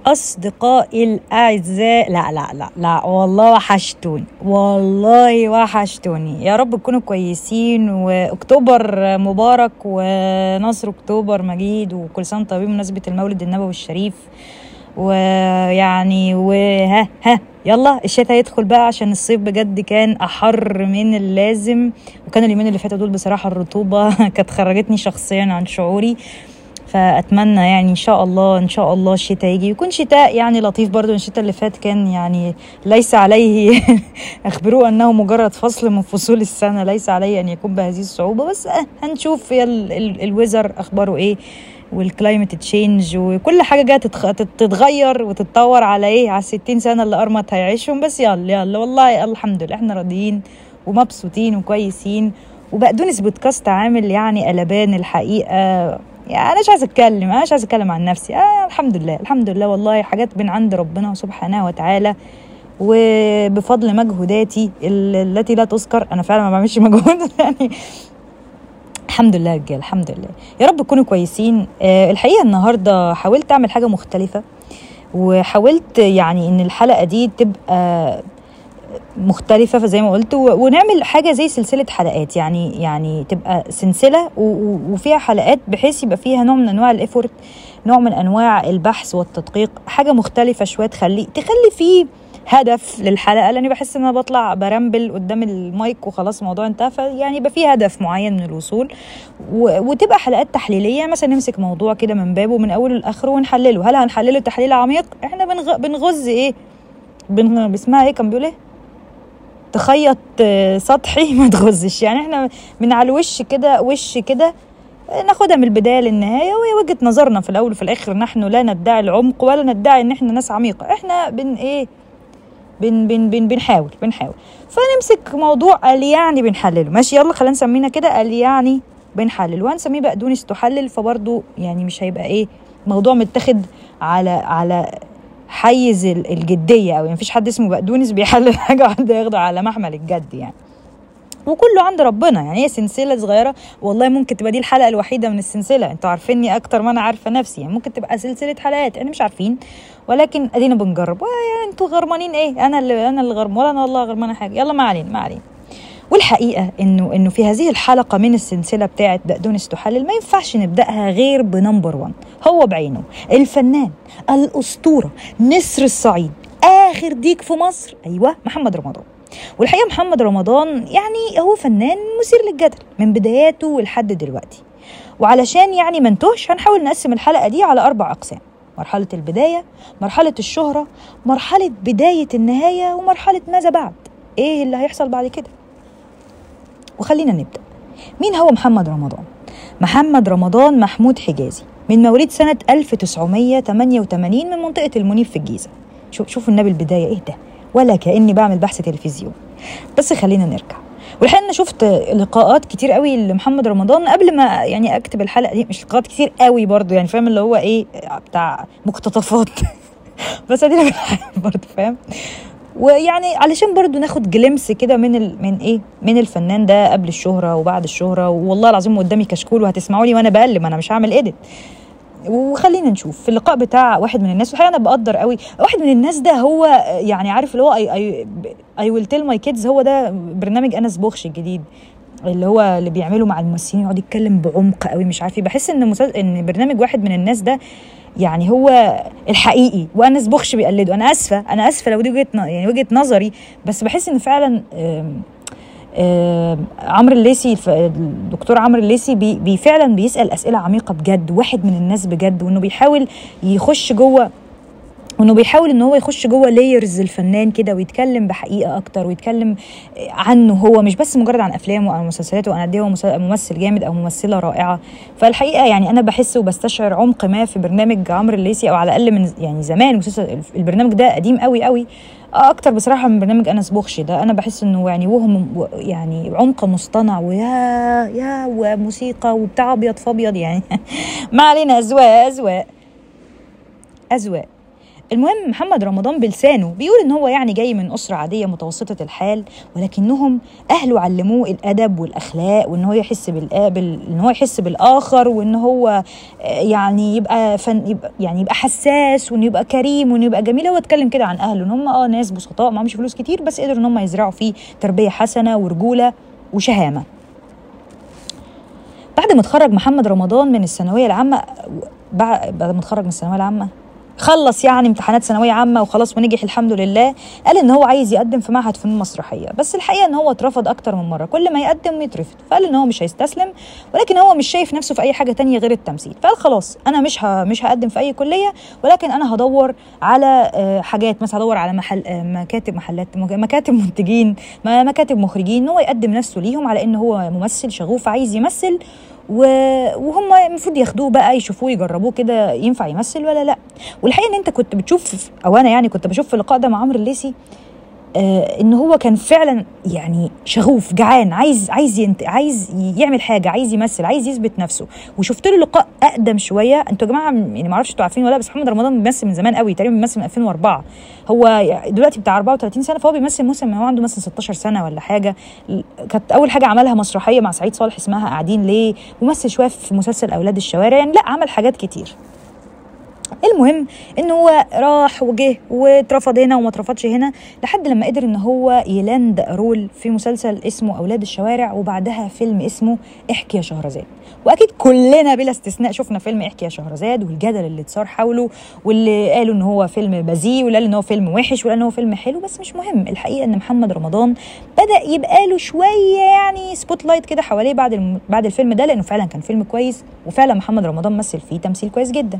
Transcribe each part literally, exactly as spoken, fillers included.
أصدقائي الأعزاء، لا لا لا لا والله وحشتوني، والله وحشتوني. يا رب تكونوا كويسين، وأكتوبر مبارك ونصر أكتوبر مجيد، وكل سنة طيبين بمناسبة المولد النبوي الشريف. ويعني وها ها يلا الشتاء يدخل بقى، عشان الصيف بجد كان أحر من اللازم، وكان اليومين اللي فاتوا دول بصراحة الرطوبة كانت خرجتني شخصيا عن شعوري. فأتمنى يعني إن شاء الله إن شاء الله الشتاء يجي يكون شتاء يعني لطيف برضو. الشتاء اللي فات كان يعني ليس عليه أخبروه أنه مجرد فصل من فصول السنة، ليس عليه أن يكون بهذه الصعوبة، بس أه هنشوف الويزر أخباره إيه، والكلايمت تشينج وكل حاجة جاية تتغير وتتطور على إيه، على الستين سنة اللي أرمت هيعيشهم. بس يلا يلا والله الحمد لله احنا راضيين ومبسوطين وكويسين. وبقدونس بودكاست عامل يعني قلبان الحقيقة، يعني أنا مش عايزة أتكلم أنا مش عايزة أتكلم عن نفسي. آه الحمد لله الحمد لله والله حاجات من عند ربنا سبحانه وتعالى، وبفضل مجهوداتي التي لا تذكر. أنا فعلا ما بعملش مجهود يعني الحمد لله رجال الحمد لله. يا رب تكونوا كويسين. آه الحقيقة النهاردة حاولت أعمل حاجة مختلفة، وحاولت يعني إن الحلقة دي تبقى مختلفة، فزي ما قلت ونعمل حاجة زي سلسلة حلقات، يعني يعني تبقى سلسلة وفيها حلقات، بحيث يبقى فيها نوع من أنواع الإفورت، نوع من أنواع البحث والتدقيق، حاجة مختلفة شوية تخلي تخلي فيه هدف للحلقة، لأني بحس إن أنا بطلع برمبل قدام المايك وخلاص الموضوع انتهى. فيعني يبقى فيه هدف معين من الوصول، وتبقى حلقات تحليلية، مثلا نمسك موضوع كده من بابه من أوله لآخره ونحلله. هل هنحلله تحليل عميق؟ إحنا بنغ... بنغز إيه بن... باسمها إيه كان بيقول إيه، تخيط سطحي ما تغزش. يعني احنا من على الوش كده وش كده ناخدها من البداية للنهاية، وهي وجهة نظرنا في الأول وفي الآخر. نحن لا ندعي العمق ولا ندعي ان احنا ناس عميقة، احنا بن ايه بن بن بن بنحاول بنحاول فنمسك موضوع قال يعني بنحلله. ماشي يلا خلينا نسمينا كده قال يعني بنحلل، وهنسميه بقدونس تحلل، فبرضو يعني مش هيبقى ايه موضوع متاخد على على حيز الجدية، أو يعني مفيش حد اسمه بقدونس بيحلل حاجة واحدة ياخده على محمل الجد يعني، وكله عند ربنا. يعني هي سلسلة صغيرة والله، ممكن تبقى دي الحلقة الوحيدة من السلسلة. انتوا عارفيني أكتر ما أنا عارفة نفسي، يعني ممكن تبقى سلسلة حلقات احنا مش عارفين، ولكن أدينا بنجرب. انتوا غرمانين ايه؟ أنا اللي أنا اللي غرم، ولا أنا والله غرمانة حاجة. يلا ما علينا ما علينا. والحقيقة إنه إنه في هذه الحلقة من السلسلة بتاعة بقدونس تحلل ما ينفعش نبدأها غير بنمبر وان، هو بعينه الفنان الأسطورة نسر الصعيد، آخر ديك في مصر، أيوة محمد رمضان. والحقيقة محمد رمضان يعني هو فنان مثير للجدل من بداياته لحد دلوقتي، وعلشان يعني ما نتوهش هنحاول نقسم الحلقة دي على أربع أقسام: مرحلة البداية، مرحلة الشهرة، مرحلة بداية النهاية، ومرحلة ماذا بعد، إيه اللي هيحصل بعد كده. وخلينا نبدأ. مين هو محمد رمضان؟ محمد رمضان محمود حجازي، من مواليد سنة ألف وتسعمية وتمانية وتمانين من منطقة المنيب في الجيزة. شوف شوفوا النبي البداية ايه ده، ولا كأني بعمل بحث تلفزيون. بس خلينا نرجع. والحقيقة أنا شفت لقاءات كتير قوي لمحمد رمضان قبل ما يعني أكتب الحلقة دي، مش لقاءات كتير قوي برضو يعني فاهم اللي هو ايه بتاع مقتطفات بس ادينا برضو فاهم، ويعني علشان برضو ناخد جلمس كده من ال... من ايه من الفنان ده قبل الشهرة وبعد الشهرة. والله العظيم قدامي كشكول وهتسمعوا لي وانا بقلب، انا مش هعمل ايديت. وخلينا نشوف في اللقاء بتاع واحد من الناس، وحقيقة انا بقدر قوي واحد من الناس ده، هو يعني عارف اللي هو اي اي اي ويل تيل ماي كيدز، هو ده برنامج انس بوخش الجديد اللي هو اللي بيعمله مع الممثلين، يقعد يتكلم بعمق قوي مش عارف. بحس ان مسل... ان برنامج واحد من الناس ده يعني هو الحقيقي، وأنس بوخش بيقلده. أنا أسفة أنا أسفة لو دي وجهة يعني وجهة نظري، بس بحس إن فعلا آم آم عمرو الليثي، الدكتور عمرو الليثي بي, بي فعلا بيسأل أسئلة عميقة بجد، واحد من الناس بجد، وإنه بيحاول يخش جوه وانه بيحاول ان هو يخش جوه لايرز الفنان كده، ويتكلم بحقيقه اكتر، ويتكلم عنه هو مش بس مجرد عن افلامه او مسلسلاته. انا قد ايه هو ممثل جامد او ممثله رائعه. فالحقيقه يعني انا بحس وبستشعر عمق ما في برنامج عمرو الليثي، او على الاقل من يعني زمان. مسلسل البرنامج ده قديم قوي قوي اكتر بصراحه من برنامج انس بوخش ده. انا بحس انه يعني وهم يعني عمق مصطنع، ويا يا وموسيقى وبتاع ابيض فابيض يعني ما علينا، اذواق اذواق اذواق المهم محمد رمضان بلسانه بيقول ان هو يعني جاي من اسره عاديه متوسطه الحال، ولكنهم اهله علموه الادب والاخلاق، وان هو يحس بالقابل، ان هو يحس بالاخر، وان هو يعني يبقى فن يبقى يعني يبقى حساس، وان يبقى كريم، وان يبقى جميل. هو اتكلم كده عن اهله ان هم اه ناس بسطاء معهمش فلوس كتير، بس قدروا ان هم يزرعوا فيه تربيه حسنه ورجوله وشهامه. بعد ما اتخرج محمد رمضان من الثانويه العامه، بعد ما اتخرج من الثانويه العامه خلص يعني امتحانات ثانويه عامه وخلاص ونجح الحمد لله، قال ان هو عايز يقدم في معهد فنون مسرحيه، بس الحقيقه ان هو اترفض اكتر من مره، كل ما يقدم يترفض، فقال ان هو مش هيستسلم، ولكن هو مش شايف نفسه في اي حاجه تانية غير التمثيل. فقال خلاص انا مش ه... مش هقدم في اي كليه، ولكن انا هدور على حاجات، مثلا هدور على محل مكاتب محلات مكاتب منتجين، مكاتب مخرجين، ان هو يقدم نفسه ليهم على ان هو ممثل شغوف عايز يمثل، وهم المفروض ياخدوه بقى يشوفوه يجربوه كده ينفع يمثل ولا لا. والحقيقه ان انت كنت بتشوف، او انا يعني كنت بشوف في اللقاء ده مع عمرو الليثي آه ان هو كان فعلا يعني شغوف جعان، عايز عايز ينت... عايز يعمل حاجه، عايز يمثل، عايز يثبت نفسه. وشفت له لقاء اقدم شويه، انتوا يا جماعه يعني ما اعرفش انتوا عارفين ولا، بس محمد رمضان بيمثل من زمان قوي، تقريبا بيمثل من ألفين وأربعة، هو دلوقتي بتاع أربعة وثلاثين سنه، فهو بيمثل موسم هو عنده مثلا ستاشر سنه ولا حاجه. كانت اول حاجه عملها مسرحيه مع سعيد صالح اسمها قاعدين ليه، ومثل شويه في مسلسل اولاد الشوارع، يعني لا عمل حاجات كتير. المهم ان هو راح وجه واترفض هنا وما اترفضش هنا، لحد لما قدر ان هو يلاند رول في مسلسل اسمه اولاد الشوارع، وبعدها فيلم اسمه احكي يا شهرزاد. واكيد كلنا بلا استثناء شفنا فيلم احكي يا شهرزاد، والجدل اللي اتصار حوله، واللي قالوا ان هو فيلم بذيء، واللي قال ان هو فيلم وحش، واللي قال ان هو فيلم حلو، بس مش مهم. الحقيقه ان محمد رمضان بدا يبقى له شويه يعني سبوت لايت كده حواليه بعد الم... بعد الفيلم ده، لانه فعلا كان فيلم كويس، وفعلا محمد رمضان مثل فيه تمثيل كويس جدا.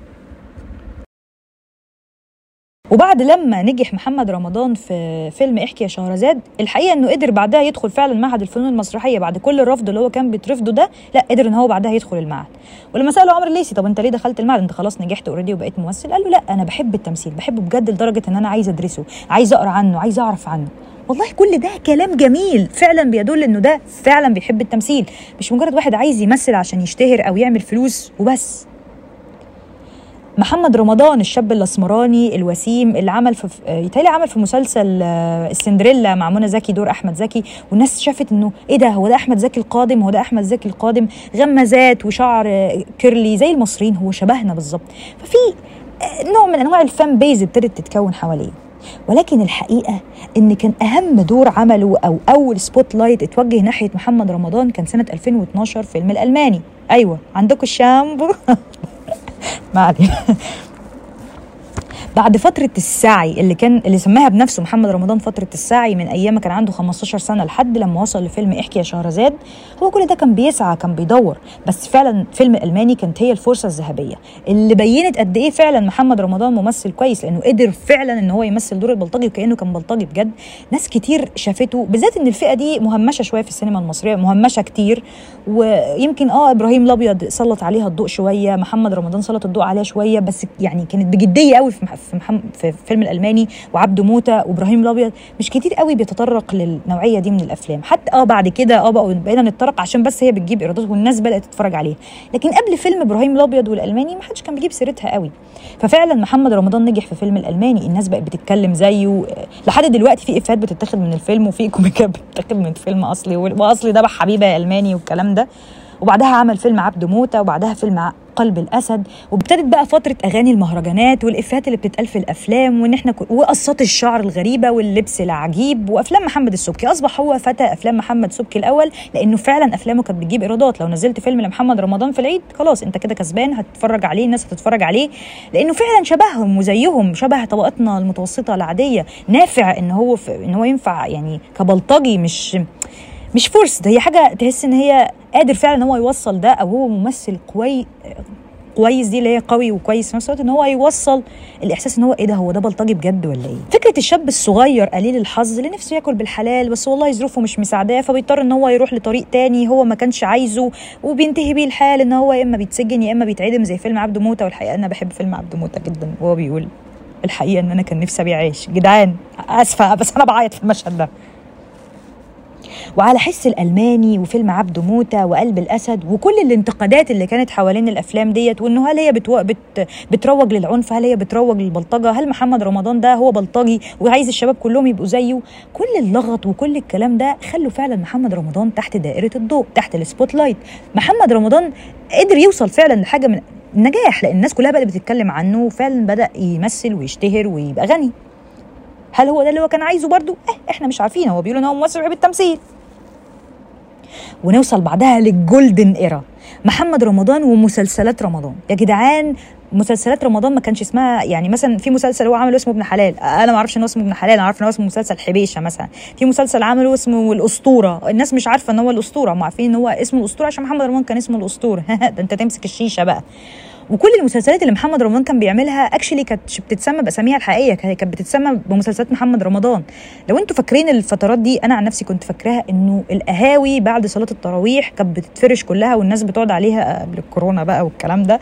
وبعد لما نجح محمد رمضان في فيلم احكي يا شهرزاد، الحقيقه انه قدر بعدها يدخل فعلا معهد الفنون المسرحيه بعد كل الرفض اللي هو كان بيترفضه ده، لا قدر ان هو بعدها يدخل المعهد. ولما سالوا عمرو الليثي طب انت ليه دخلت المعهد، انت خلاص نجحت اوريدي وبقيت ممثل، قال له لا انا بحب التمثيل، بحبه بجد لدرجه ان انا عايز ادرسه، عايز اقرا عنه، عايز اعرف عنه. والله كل ده كلام جميل فعلا بيدل انه ده فعلا بيحب التمثيل، مش مجرد واحد عايز يمثل عشان يشتهر او يعمل فلوس وبس. محمد رمضان الشاب الاسمراني الوسيم اللي عمل في يتهيألي عمل في مسلسل السندريلا مع منى زكي دور احمد زكي، والناس شافت انه ايه ده، هو ده احمد زكي القادم، هو ده احمد زكي القادم، غمازات وشعر كيرلي زي المصريين، هو شبهنا بالظبط. ففي نوع من انواع الفان بيز ابتدت تتكون حواليه. ولكن الحقيقه ان كان اهم دور عمله او اول سبوت لايت اتوجه ناحيه محمد رمضان كان سنه ألفين واثناشر، فيلم الالماني. ايوه عندكم الشامبو ما علينا. بعد فترة السعي اللي كان اللي سماها بنفسه محمد رمضان فترة السعي من أيام ما كان عنده خمستاشر سنة لحد لما وصل لفيلم احكي يا شهرزاد، هو كل ده كان بيسعى، كان بيدور. بس فعلا فيلم الألماني كانت هي الفرصة الذهبية اللي بينت قد إيه فعلا محمد رمضان ممثل كويس، لأنه قدر فعلا إن هو يمثل دور البلطجي وكأنه كان بلطجي بجد. ناس كتير شافته، بالذات إن الفئة دي مهمشة شوية في السينما المصرية، مهمشة كتير، ويمكن اه إبراهيم الأبيض سلط عليها الضوء شوية، محمد رمضان سلط الضوء عليها شوية، بس يعني كانت بجدية قوي في في, محمد في فيلم الألماني. وعبده موتة وإبراهيم الأبيض مش كتير قوي بيتطرق للنوعية دي من الأفلام، حتى اه بعد كده اه بقوا بقينا نتطرق عشان بس هي بتجيب إيرادات والناس بدأت تتفرج عليها، لكن قبل فيلم إبراهيم الأبيض والألماني ما حدش كان بيجيب سيرتها قوي. ففعلا محمد رمضان نجح في فيلم الألماني، الناس بقت بتتكلم زيه لحد دلوقتي، في إفيهات بتتاخد من الفيلم وفي كوميكات بتتاخد من فيلم أصلي، وأصلي ده حبيبة يا ألماني والكلام ده. وبعدها عمل فيلم عبده موتة، وبعدها فيلم قلب الأسد، وابتدت بقى فترة أغاني المهرجانات والإفيهات اللي بتتقال في الأفلام، وإن إحنا ك... وقصات الشعر الغريبة واللبس العجيب، وأفلام محمد السبكي. أصبح هو فتى أفلام محمد سبكي الأول، لأنه فعلا أفلامه كانت بتجيب إيرادات. لو نزلت فيلم لمحمد رمضان في العيد خلاص أنت كده كسبان، هتتفرج عليه، الناس هتتفرج عليه، لأنه فعلا شبههم وزيهم، شبه طبقتنا المتوسطة العادية. نافع إن هو ف... إن هو ينفع يعني كبلطجي، مش مش فرص، ده هي حاجة تحس إن هي قادر فعلا إن هو يوصل ده، أو هو ممثل كويس كويس دي اللي هي قوي وكويس في نفس الوقت، ان هو يوصل الاحساس ان هو ايه ده، هو ده بلطجي بجد ولا ايه. فكره الشاب الصغير قليل الحظ اللي نفسه ياكل بالحلال، بس والله ظروفه مش مساعداه، فبيضطر ان هو يروح لطريق تاني هو ما كانش عايزه، وبينتهي بيه الحال ان هو يا اما بيتسجن يا اما بيتعدم زي فيلم عبده موتة. والحقيقه انا بحب فيلم عبده موتة جدا، وهو بيقول الحقيقه ان انا كان نفسي ابيع عيش. جدعان اسفه بس انا بعيط في المشهد ده. وعلى حس الألماني وفيلم عبده موتة وقلب الأسد وكل الانتقادات اللي كانت حوالين الأفلام ديت، وإنه هل هي بتو... بت... بتروج للعنف، هل هي بتروج للبلطجة، هل محمد رمضان ده هو بلطجي وعايز الشباب كلهم يبقوا زيه. كل اللغط وكل الكلام ده خلوا فعلا محمد رمضان تحت دائرة الضوء، تحت السبوت لايت. محمد رمضان قدر يوصل فعلا لحاجة من نجاح، لأن الناس كلها بدأت بتتكلم عنه وفعلا بدأ يمثل ويشتهر ويبقى غني. هل هو ده اللي هو كان عايزه برضو؟ اه احنا مش عارفين، هو بيقولوا ان هو ممثل بيحب التمثيل. ونوصل بعدها للجولدن ايرا، محمد رمضان ومسلسلات رمضان. يا جدعان مسلسلات رمضان ما كانش اسمها، يعني مثلا في مسلسل هو عمله اسمه ابن حلال، انا ما اعرفش ان هو اسمه ابن حلال، انا عارفه ان هو اسمه مسلسل حبيشه مثلا. في مسلسل عمله اسمه الاسطوره، الناس مش عارفه ان هو الاسطوره، هم عارفين ان هو اسمه الاسطوره عشان محمد رمضان كان اسمه الاسطوره. ده انت تمسك الشيشه بقى. وكل المسلسلات اللي محمد رمضان كان بيعملها اكشلي كانت بتتسمى باساميها الحقيقيه، كانت بتتسمى بمسلسلات محمد رمضان. لو انتوا فاكرين الفترات دي، انا عن نفسي كنت فاكراها انه القهاوي بعد صلاه التراويح كانت بتتفرش كلها والناس بتقعد عليها قبل الكورونا بقى والكلام ده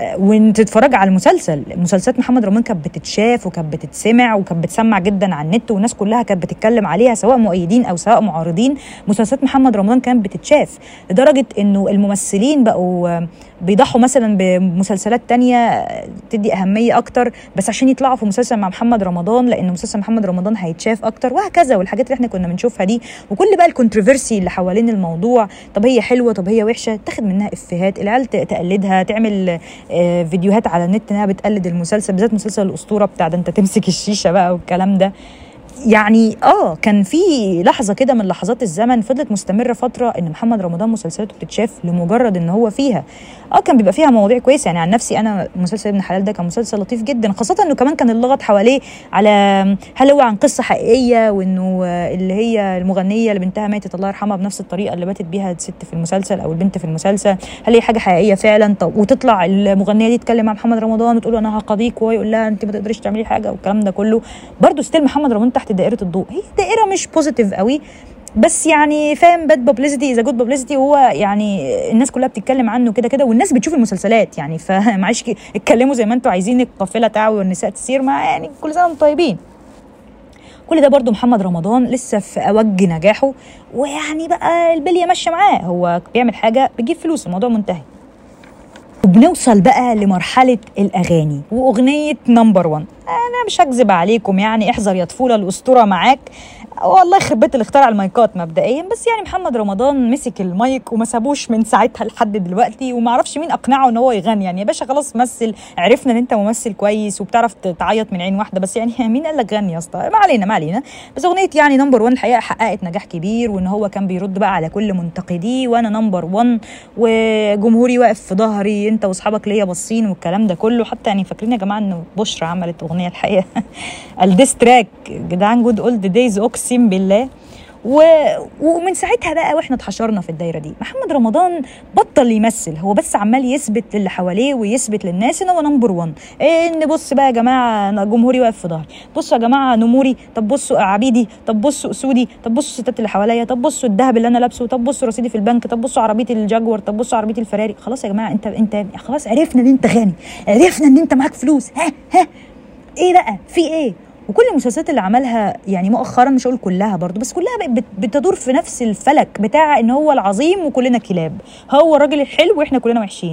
وتتفرج على المسلسل. مسلسلات محمد رمضان كانت بتتشاف وكانت بتتسمع وكانت بتسمع جدا على النت، والناس كلها كانت بتتكلم عليها سواء مؤيدين او سواء معارضين. مسلسلات محمد رمضان كانت بتتشاف لدرجه انه الممثلين بقوا بيضحوا مثلا بمسلسلات تانية تدي أهمية أكتر بس عشان يطلعوا في مسلسل مع محمد رمضان، لأن مسلسل محمد رمضان هيتشاف أكتر، وهكذا. والحاجات اللي احنا كنا بنشوفها دي وكل بقى الكونتروفيرسي اللي حوالين الموضوع، طب هي حلوة طب هي وحشة، تاخد منها إفيهات العيال تقلدها، تعمل آه فيديوهات على النت انها بتقلد المسلسل، بالذات مسلسل الأسطورة بتاع ده انت تمسك الشيشة بقى والكلام ده. يعني اه كان في لحظه كده من لحظات الزمن فضلت مستمره فتره ان محمد رمضان مسلسلاته بتتشاف لمجرد ان هو فيها. اه كان بيبقى فيها مواضيع كويسه، يعني عن نفسي انا مسلسل ابن حلال ده كان مسلسل لطيف جدا، خاصه انه كمان كان اللغط حواليه على هل هو عن قصه حقيقيه، وانه اللي هي المغنيه اللي بنتها ماتت الله يرحمها بنفس الطريقه اللي ماتت بيها الست في المسلسل او البنت في المسلسل، هل هي حاجه حقيقيه فعلا؟ طب وتطلع المغنيه دي تتكلم مع محمد رمضان وتقول له انا هقاضيك، وهو يقول لها انت ما تقدريش تعملي حاجه والكلام ده كله. برضه ستيل محمد رمضان تحت دائره الضوء، هي دائره مش بوزيتيف قوي بس يعني فاهم، باد بابليستي اذا جود بابليستي، وهو يعني الناس كلها بتتكلم عنه كده كده والناس بتشوف المسلسلات، يعني فمعلش اتكلموا زي ما انتوا عايزين، القافله تعوي والنساء تسير، مع يعني كل سنه وانتم طيبين. كل ده برضو محمد رمضان لسه في اوج نجاحه، ويعني بقى البليه ماشيه معاه، هو بيعمل حاجه بتجيب فلوس، الموضوع منتهي. وبنوصل بقى لمرحلة الأغاني وأغنية نمبر وان. أنا مش هكذب عليكم، يعني احذر يا طفولة الأسطورة معاك، والله يخرب بيت اللي اخترع المايكات مبدئيا، بس يعني محمد رمضان مسك المايك وما سابوش من ساعتها لحد دلوقتي، وما اعرفش مين اقنعه ان هو يغني. يعني يا باشا خلاص مثل، عرفنا ان انت ممثل كويس وبتعرف تعيط من عين واحده، بس يعني مين قال لك غني يا اسطى؟ ما علينا ما علينا. بس اغنيه يعني نمبر وان الحقيقه حققت نجاح كبير، وان هو كان بيرد بقى على كل منتقديه، وانا نمبر وان وجمهوري واقف في ظهري، انت واصحابك ليا باصين والكلام ده كله. حتى يعني فاكرين يا جماعه انه بشرى عملت اغنيه الحقيقه الديستراك جدعان، جود اولد دايز اقسم بالله. و... ومن ساعتها بقى واحنا اتحشرنا في الدايره دي. محمد رمضان بطل يمثل، هو بس عمال يثبت للي حواليه ويثبت للناس ان هو نمبر وان، ان بص بقى يا جماعه جمهوري واقف في ظهري، بصوا يا جماعه نموري، طب بصوا عبيدي، طب بصوا اسودي، طب بصوا الستات اللي حواليا، طب بصوا الذهب اللي انا لابسه، طب بصوا رصيدي في البنك، طب بصوا عربيتي الجاكور، طب بصوا عربيتي الفراري. خلاص يا جماعه انت انت خلاص عرفنا ان انت غني، عرفنا ان انت معاك فلوس، ها ها ايه بقى في ايه؟ وكل المسلسلات اللي عملها يعني مؤخرا، مش هقول كلها برضو بس كلها بتدور في نفس الفلك بتاع ان هو العظيم وكلنا كلاب، هو الراجل الحلو واحنا كلنا وحشين.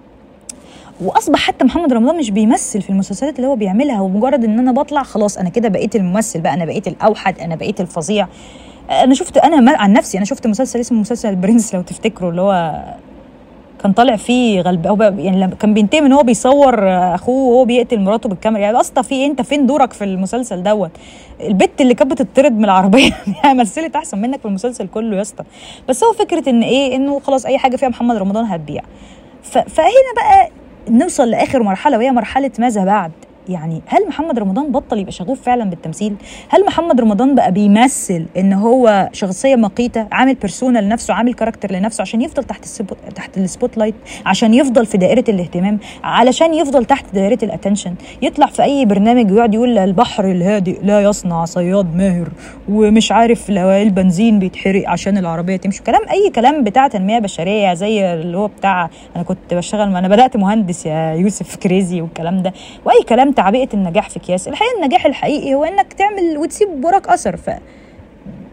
واصبح حتى محمد رمضان مش بيمثل في المسلسلات اللي هو بيعملها، ومجرد ان انا بطلع خلاص انا كده بقيت الممثل بقى، انا بقيت الاوحد، انا بقيت الفظيع. انا شفت انا عن نفسي انا شفت مسلسل اسمه مسلسل البرنس لو تفتكروا، اللي هو كان طالع فيه غلب، هو يعني كان بينتهي ان هو بيصور اخوه وهو بيقتل مراته بالكاميرا. يعني اصلا في انت فين دورك في المسلسل دوت؟ البت اللي كانت بتطرد من العربيه مثلت احسن منك في المسلسل كله يا اسطى. بس هو فكره ان ايه، انه خلاص اي حاجه فيها محمد رمضان هتبيع. فهنا بقى نوصل لاخر مرحله، وهي مرحله ماذا بعد. يعني هل محمد رمضان بطل يبقى شغوف فعلا بالتمثيل؟ هل محمد رمضان بقى بيمثل ان هو شخصيه مقيته، عامل بيرسونا لنفسه، عامل كاركتر لنفسه عشان يفضل تحت السبوت تحت السبوت لايت، عشان يفضل في دائره الاهتمام، علشان يفضل تحت دائره الاتنشن، يطلع في اي برنامج ويقعد يقول البحر الهادئ لا يصنع صياد ماهر، ومش عارف لو البنزين بيتحرق عشان العربيه تمشي، كلام اي كلام بتاع تنميه بشريه، زي اللي هو بتاع انا كنت بشتغل، انا بدات مهندس يا يوسف كريزي والكلام ده، واي كلام تعبئه النجاح في اكياس. الحقيقه النجاح الحقيقي هو انك تعمل وتسيب وراك اثر. ف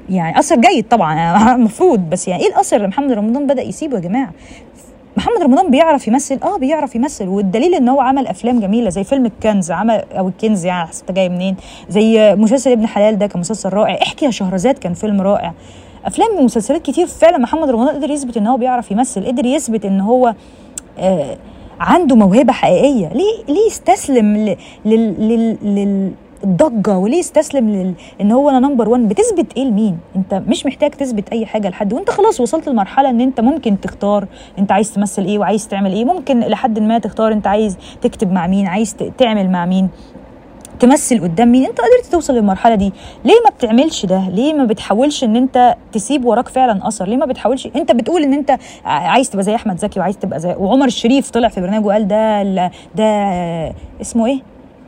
يعني اثر جيد طبعا المفروض، بس يعني ايه الاثر اللي محمد رمضان بدا يسيبه يا جماعه؟ محمد رمضان بيعرف يمثل، اه بيعرف يمثل، والدليل ان هو عمل افلام جميله زي فيلم الكنز، عمل او الكنز يعني حسيت جاي منين، زي مسلسل ابن حلال ده كان مسلسل رائع، احكي يا شهرزاد كان فيلم رائع، افلام ومسلسلات كتير. فعلا محمد رمضان قدر يثبت ان هو بيعرف يمثل، قدر يثبت ان هو آه عنده موهبه حقيقيه. ليه ليه يستسلم لل لل لل الضجه، وليه يستسلم لل... ان هو انا نمبر واحد؟ بتثبت ايه لمين؟ انت مش محتاج تثبت اي حاجه لحد، وانت خلاص وصلت لمرحله ان انت ممكن تختار انت عايز تمثل ايه وعايز تعمل ايه، ممكن لحد ما تختار انت عايز تكتب مع مين، عايز تعمل مع مين، تمثل قدام مين. انت قدرت توصل للمرحله دي، ليه ما بتعملش ده؟ ليه ما بتحاولش ان انت تسيب وراك فعلا اثر؟ ليه ما بتحاولش؟ انت بتقول ان انت عايز تبقى زي احمد زكي وعايز تبقى زي وعمر الشريف، طلع في برنامج وقال ده ده اسمه ايه،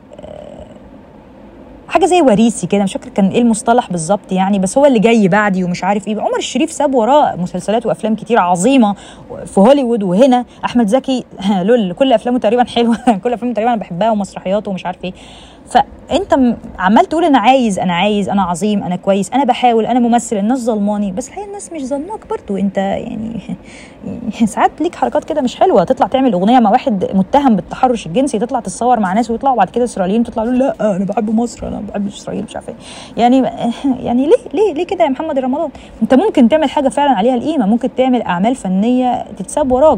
حاجه زي وريثي كده، مش فاكر كان ايه المصطلح بالظبط يعني، بس هو اللي جاي بعدي ومش عارف ايه. عمر الشريف ساب وراه مسلسلات وافلام كتير عظيمه في هوليوود وهنا. احمد زكي لول كل افلامه تقريبا حلوه كل افلامه تقريبا انا بحبها ومسرحياته ومش عارف ايه. فانت عمال تقول انا عايز انا عايز انا عظيم انا كويس انا بحاول انا ممثل، الناس ظلماني، بس الحقيقه الناس مش ظلماك برضو. انت يعني ساعات ليك حركات كده مش حلوه، تطلع تعمل اغنيه مع واحد متهم بالتحرش الجنسي، تطلع تتصور مع ناس ويطلعوا بعد كده اسرائيليين تطلع له لا انا بحب مصر انا ما بحبش اسرائيل مش عارف ايه. يعني يعني ليه ليه ليه كده يا محمد رمضان؟ انت ممكن تعمل حاجه فعلا عليها القيمه، ممكن تعمل اعمال فنيه تتساب وراك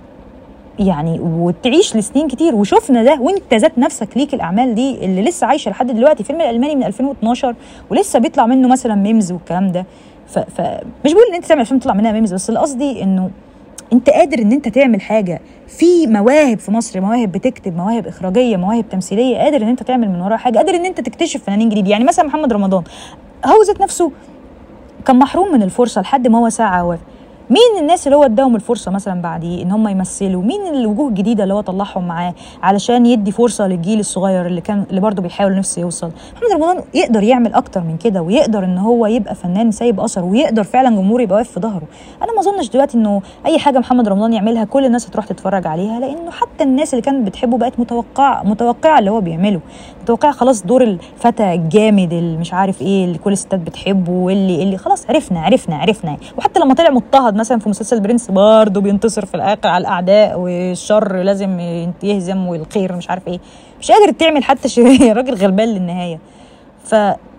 يعني وتعيش لسنين كتير، وشفنا ده وانت ذات نفسك ليك الاعمال دي اللي لسه عايشه لحد دلوقتي. فيلم الالماني من ألفين واثناشر ولسه بيطلع منه مثلا ميمز والكلام ده. فمش بقول ان انت تعمل افلام تطلع منها ميمز، بس اللي قصدي انه انت قادر ان انت تعمل حاجه. في مواهب في مصر، مواهب بتكتب، مواهب اخراجيه، مواهب تمثيليه، قادر ان انت تعمل من وراها حاجه، قادر ان انت تكتشف فنانين جديد. يعني مثلا محمد رمضان هو ذات نفسه كان محروم من الفرصه لحد ما هو سعى. مين الناس اللي هو اداهم الفرصه مثلا بعديه ان هم يمثلوا؟ مين الوجوه الجديده اللي هو طلعهم معاه علشان يدي فرصه للجيل الصغير اللي كان اللي برضه بيحاول نفسه يوصل؟ محمد رمضان يقدر يعمل اكتر من كده، ويقدر ان هو يبقى فنان سايب اثر، ويقدر فعلا جمهور يبقى واقف في ظهره. انا ما اظنش دلوقتي انه اي حاجه محمد رمضان يعملها كل الناس هتروح تتفرج عليها، لانه حتى الناس اللي كانت بتحبه بقت متوقعه متوقعه اللي هو بيعمله، متوقعه خلاص دور الفتى الجامد اللي مش عارف ايه اللي كل الستات بتحبه، واللي اللي خلاص عرفنا عرفنا عرفنا. وحتى لما طلع مضطهد مثلا في مسلسل برنس برضه بينتصر في الاخر على الاعداء، والشر لازم يهزم والخير مش عارف ايه، مش قادر تعمل حتى شيء راجل غلبان للنهايه. ف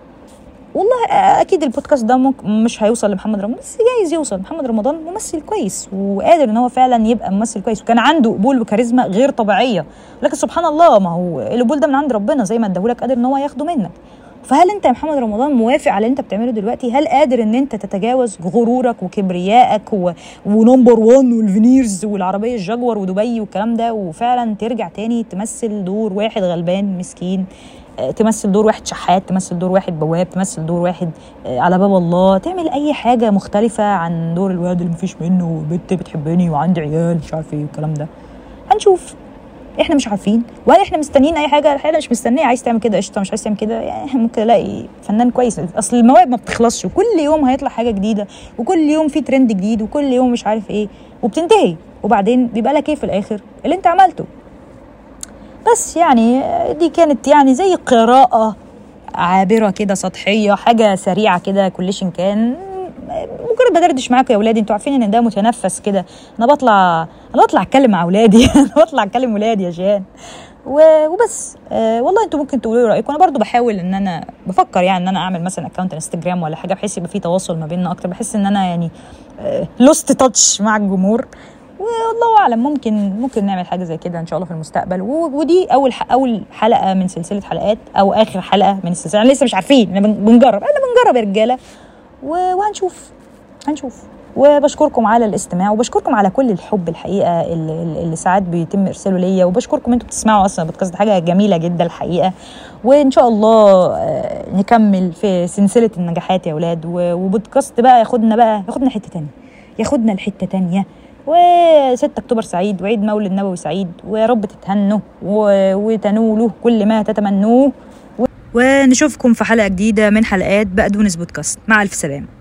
والله اكيد البودكاست ده ممكن مش هيوصل لمحمد رمضان، بس جايز يوصل. محمد رمضان ممثل كويس وقادر ان هو فعلا يبقى ممثل كويس، وكان عنده قبول وكاريزما غير طبيعيه، لكن سبحان الله ما هو القبول ده من عند ربنا، زي ما اداهولك قادر ان هو ياخده منك. فهل انت يا محمد رمضان موافق على اللي انت بتعمله دلوقتي؟ هل قادر ان انت تتجاوز غرورك وكبريائك و... ونمبر وان والفينيرز والعربيه الجاguار ودبي والكلام ده، وفعلا ترجع تاني تمثل دور واحد غلبان مسكين، تمثل دور واحد شحات، تمثل دور واحد بواب، تمثل دور واحد على باب الله، تعمل اي حاجه مختلفه عن دور الواد اللي مفيش منه والبنت بتحبني وعندي عيال مش عارف ايه والكلام ده؟ هنشوف، احنا مش عارفين ولا احنا مستنيين اي حاجه. الحقيقه مش مستنيه، عايز تعمل كده قشطه، مش عايز تعمل كده يعني ممكن الاقي فنان كويس. اصل المواهب ما بتخلصش، وكل يوم هيطلع حاجه جديده، وكل يوم في ترند جديد، وكل يوم مش عارف ايه، وبتنتهي وبعدين بيبقى لك ايه في الاخر؟ اللي انت عملته. بس يعني دي كانت يعني زي قراءه عابره كده سطحيه، حاجه سريعه كده كلشن كان مجرد بدردش معاكم يا اولادي. انتوا عارفين ان ده متنفس كده، انا بطلع انا بطلع اتكلم مع اولادي انا بطلع اتكلم ولادي يا جان وبس. آه والله انتوا ممكن تقولوا لي رايكم. انا برضو بحاول ان انا بفكر يعني ان انا اعمل مثلا اكونت انستجرام ولا حاجه، بحيث يبقى في تواصل ما بيننا اكتر، بحس ان انا يعني لوست تاتش مع الجمهور. والله اعلم ممكن ممكن نعمل حاجه زي كده ان شاء الله في المستقبل. ودي اول اول حلقه من سلسله حلقات او اخر حلقه من السلسله، يعني لسه مش عارفين، احنا بنجرب احنا بنجرب يا رجاله وهنشوف هنشوف. وبشكركم على الاستماع، وبشكركم على كل الحب الحقيقه اللي, اللي ساعات بيتم ارساله ليا، وبشكركم انتوا بتسمعوا اصلا البودكاست، ده حاجه جميله جدا الحقيقه. وان شاء الله نكمل في سلسله النجاحات يا اولاد، وبودكاست بقى ياخدنا بقى ياخدنا حته تانية ياخدنا لحته تانية. وستة اكتوبر سعيد، وعيد مولد نبوي سعيد، ويا رب تتهنوا وتنولوا كل ما تتمنوه. ونشوفكم في حلقه جديده من حلقات بقدونس بودكاست. مع الف سلامه.